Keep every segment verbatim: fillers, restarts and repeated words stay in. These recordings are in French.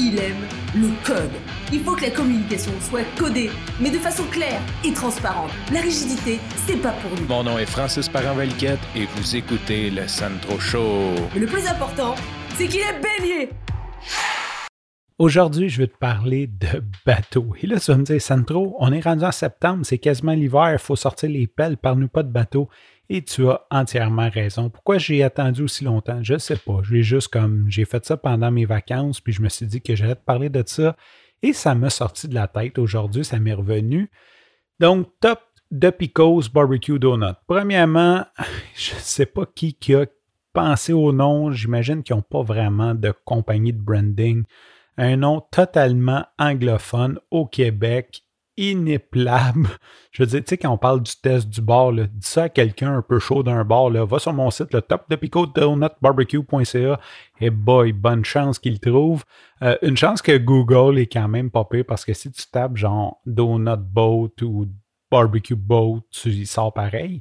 il aime le code. Il faut que la communication soit codée, mais de façon claire et transparente. La rigidité, c'est pas pour nous. Mon nom est Francis Parent-Valquette et vous écoutez le Sandro Show. Mais le plus important, c'est qu'il est bélier. Aujourd'hui, je vais te parler de bateau. Et là, tu vas me dire, Sandro, on est rendu en septembre, c'est quasiment l'hiver, il faut sortir les pelles, parle-nous pas de bateau. Et tu as entièrement raison. Pourquoi j'ai attendu aussi longtemps? Je ne sais pas. J'ai juste comme, j'ai fait ça pendant mes vacances, puis je me suis dit que j'allais te parler de ça. Et ça m'a sorti de la tête aujourd'hui, ça m'est revenu. Donc, top de Picos Barbecue Donut. Premièrement, je ne sais pas qui, qui a pensé au nom. J'imagine qu'ils n'ont pas vraiment de compagnie de branding. Un nom totalement anglophone au Québec, inéplable. Je veux dire, tu sais, quand on parle du test du bar, là, dis ça à quelqu'un un peu chaud d'un bar, là, va sur mon site, le top de pico donut barbecue point c a, et boy, bonne chance qu'il le trouve. Euh, une chance que Google est quand même pas pire, parce que si tu tapes genre Donut Boat ou Barbecue Boat, tu y sors pareil.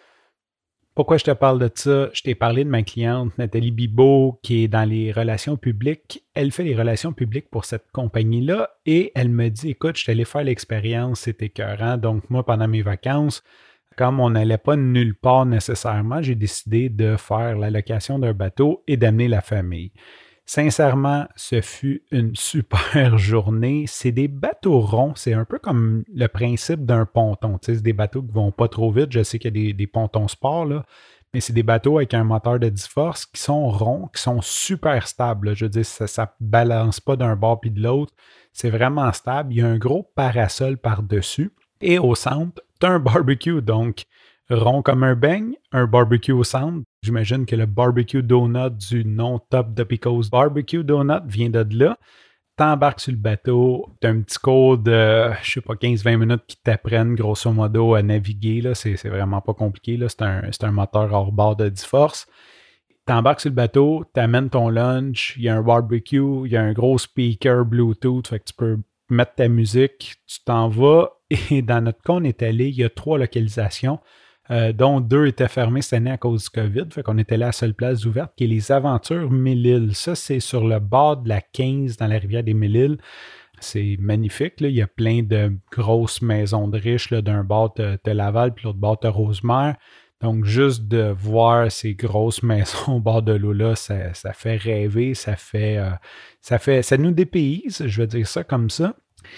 Pourquoi je te parle de ça? Je t'ai parlé de ma cliente Nathalie Bibeau qui est dans les relations publiques. Elle fait les relations publiques pour cette compagnie-là et elle me dit, écoute, je suis allé faire l'expérience, c'était écœurant. Donc moi, pendant mes vacances, comme on n'allait pas nulle part nécessairement, j'ai décidé de faire la location d'un bateau et d'amener la famille. Sincèrement, ce fut une super journée. C'est des bateaux ronds. C'est un peu comme le principe d'un ponton. Tu sais, c'est des bateaux qui ne vont pas trop vite. Je sais qu'il y a des, des pontons sport, là, mais c'est des bateaux avec un moteur de dix forces qui sont ronds, qui sont super stables. Là. Je veux dire, ça ne balance pas d'un bord puis de l'autre. C'est vraiment stable. Il y a un gros parasol par-dessus. Et au centre, tu as un barbecue. Donc, rond comme un beigne, un barbecue au centre. J'imagine que le barbecue donut du nom Top de Picos Barbecue Donut vient de là. T'embarques sur le bateau, t'as un petit code de, je sais pas, quinze à vingt minutes qui t'apprennent grosso modo à naviguer. Là. C'est, c'est vraiment pas compliqué. Là. C'est, un, c'est un moteur hors bord de dix forces. T'embarques sur le bateau, t'amènes ton lunch, il y a un barbecue, il y a un gros speaker Bluetooth, fait que tu peux mettre ta musique, tu t'en vas. Et dans notre cas, on est allé, il y a trois localisations. Euh, dont deux étaient fermés cette année à cause du COVID. Fait qu'on était là à la seule place ouverte, qui est les Aventures Mille-Îles. Ça, c'est sur le bord de la quinze, dans la rivière des Mille-Îles. C'est magnifique. Là. Il y a plein de grosses maisons de riches. Là. D'un bord, tu as Laval, puis l'autre bord, tu as Rosemère. Donc, juste de voir ces grosses maisons au bord de l'eau-là, ça, ça fait rêver, ça fait, euh, ça fait, ça nous dépayse, je vais dire ça comme ça.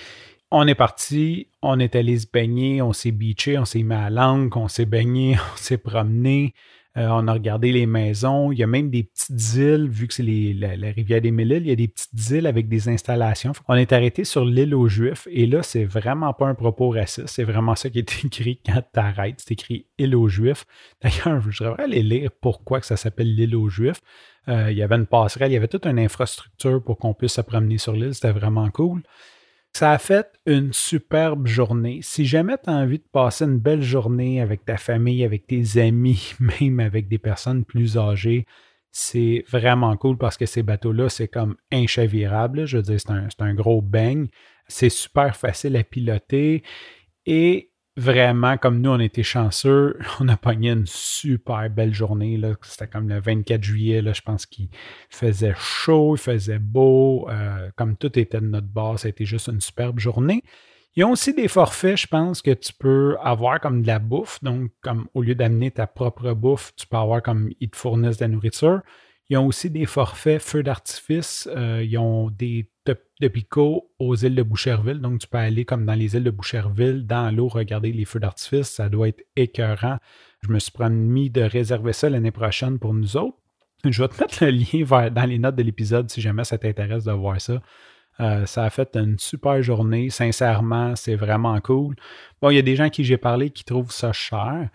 On est parti, on est allé se baigner, on s'est beaché, on s'est mis à l'encre, on s'est baigné, on s'est promené, euh, on a regardé les maisons. Il y a même des petites îles, vu que c'est les, la, la rivière des Mille-Îles, il y a des petites îles avec des installations. On est arrêté sur l'île aux Juifs et là, c'est vraiment pas un propos raciste, c'est vraiment ça qui est écrit quand tu arrêtes, c'est écrit île aux Juifs. D'ailleurs, je devrais aller lire pourquoi que ça s'appelle l'île aux Juifs. Euh, il y avait une passerelle, il y avait toute une infrastructure pour qu'on puisse se promener sur l'île, c'était vraiment cool. Ça a fait une superbe journée. Si jamais tu as envie de passer une belle journée avec ta famille, avec tes amis, même avec des personnes plus âgées, c'est vraiment cool parce que ces bateaux-là, c'est comme inchavirable. Je veux dire, c'est un, c'est un gros beigne. C'est super facile à piloter et vraiment, comme nous, on était chanceux, on a pogné une super belle journée. Là. C'était comme le vingt-quatre juillet, là, je pense qu'il faisait chaud, il faisait beau. Euh, comme tout était de notre bord, ça a été juste une superbe journée. Ils ont aussi des forfaits, je pense, que tu peux avoir comme de la bouffe. Donc, comme au lieu d'amener ta propre bouffe, tu peux avoir comme ils te fournissent de la nourriture. Ils ont aussi des forfaits feux d'artifice. Euh, ils ont des top de Pico aux îles de Boucherville. Donc, tu peux aller comme dans les îles de Boucherville, dans l'eau, regarder les feux d'artifice. Ça doit être écœurant. Je me suis promis de réserver ça l'année prochaine pour nous autres. Je vais te mettre le lien vers, dans les notes de l'épisode si jamais ça t'intéresse de voir ça. Euh, ça a fait une super journée. Sincèrement, c'est vraiment cool. Bon, il y a des gens à qui j'ai parlé qui trouvent ça cher.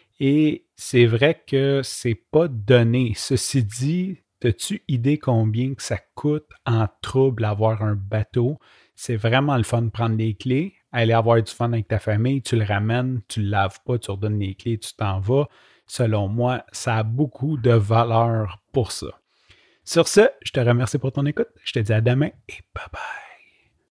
Et c'est vrai que c'est pas donné. Ceci dit, as-tu idée combien que ça coûte en trouble avoir un bateau? C'est vraiment le fun de prendre les clés, aller avoir du fun avec ta famille, tu le ramènes, tu le laves pas, tu redonnes les clés, tu t'en vas. Selon moi, ça a beaucoup de valeur pour ça. Sur ce, je te remercie pour ton écoute. Je te dis à demain et bye bye.